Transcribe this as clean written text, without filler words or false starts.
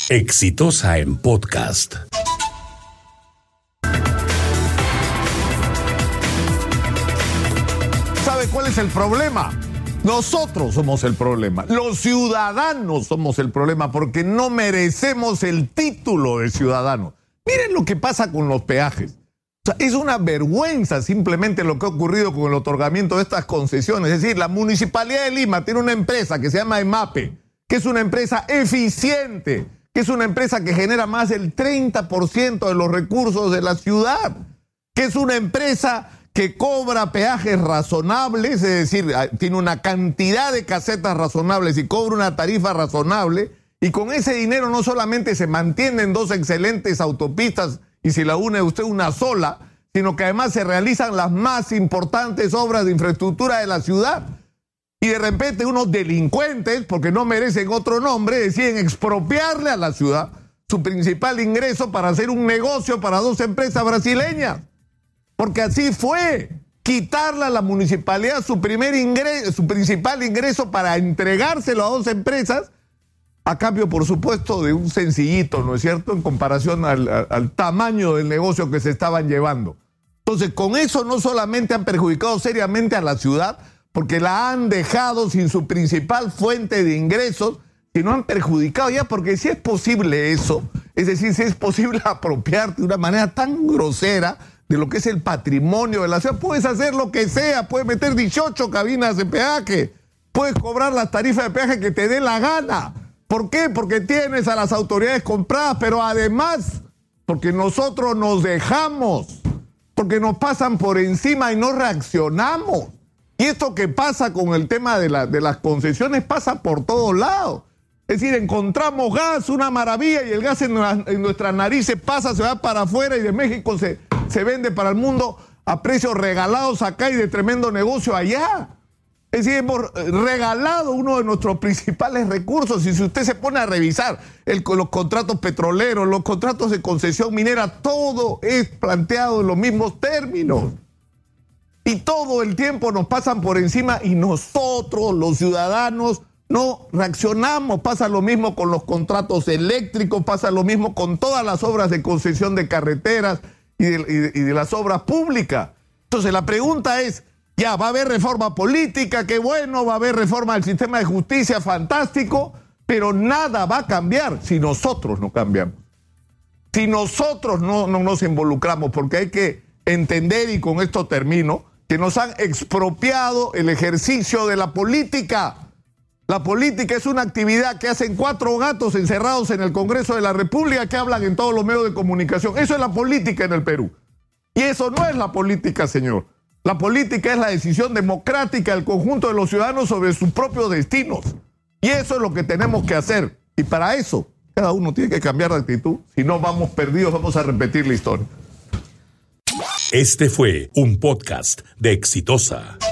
Exitosa en podcast. ¿Sabe cuál es el problema? Nosotros somos el problema. Los ciudadanos somos el problema porque no merecemos el título de ciudadanos. Miren lo que pasa con los peajes. O sea, es una vergüenza simplemente lo que ha ocurrido con el otorgamiento de estas concesiones. Es decir, la Municipalidad de Lima tiene una empresa que se llama EMAPE, que es una empresa eficiente, que es una empresa que genera más del 30% de los recursos de la ciudad, que es una empresa que cobra peajes razonables, es decir, tiene una cantidad de casetas razonables y cobra una tarifa razonable, y con ese dinero no solamente se mantienen dos excelentes autopistas, y si la une usted una sola, sino que además se realizan las más importantes obras de infraestructura de la ciudad. Y de repente unos delincuentes, porque no merecen otro nombre, deciden expropiarle a la ciudad su principal ingreso para hacer un negocio para dos empresas brasileñas. Porque así fue, quitarle a la municipalidad su principal ingreso para entregárselo a dos empresas, a cambio, por supuesto, de un sencillito, ¿no es cierto?, en comparación al tamaño del negocio que se estaban llevando. Entonces, con eso no solamente han perjudicado seriamente a la ciudad, porque la han dejado sin su principal fuente de ingresos, sino han perjudicado ya, porque si es posible eso, es decir, si es posible apropiarte de una manera tan grosera de lo que es el patrimonio de la ciudad, puedes hacer lo que sea, puedes meter 18 cabinas de peaje, puedes cobrar las tarifas de peaje que te dé la gana. ¿Por qué? Porque tienes a las autoridades compradas, pero además, porque nosotros nos dejamos, porque nos pasan por encima y no reaccionamos. Y esto que pasa con el tema de las concesiones pasa por todos lados. Es decir, encontramos gas, una maravilla, y el gas en nuestras narices pasa, se va para afuera y de México se vende para el mundo a precios regalados acá y de tremendo negocio allá. Es decir, hemos regalado uno de nuestros principales recursos. Y si usted se pone a revisar los contratos petroleros, los contratos de concesión minera, todo es planteado en los mismos términos. Y todo el tiempo nos pasan por encima y nosotros, los ciudadanos, no reaccionamos. Pasa lo mismo con los contratos eléctricos, pasa lo mismo con todas las obras de concesión de carreteras y de las obras públicas. Entonces la pregunta es, ya, va a haber reforma política, qué bueno, va a haber reforma del sistema de justicia, fantástico, pero nada va a cambiar si nosotros no cambiamos. Si nosotros no nos involucramos, porque hay que entender, y con esto termino, que nos han expropiado el ejercicio de la política. La política es una actividad que hacen 4 gatos encerrados en el Congreso de la República que hablan en todos los medios de comunicación. Eso es la política en el Perú. Y eso no es la política, señor. La política es la decisión democrática del conjunto de los ciudadanos sobre sus propios destinos. Y eso es lo que tenemos que hacer. Y para eso, cada uno tiene que cambiar de actitud. Si no, vamos perdidos, vamos a repetir la historia. Este fue un podcast de Exitosa.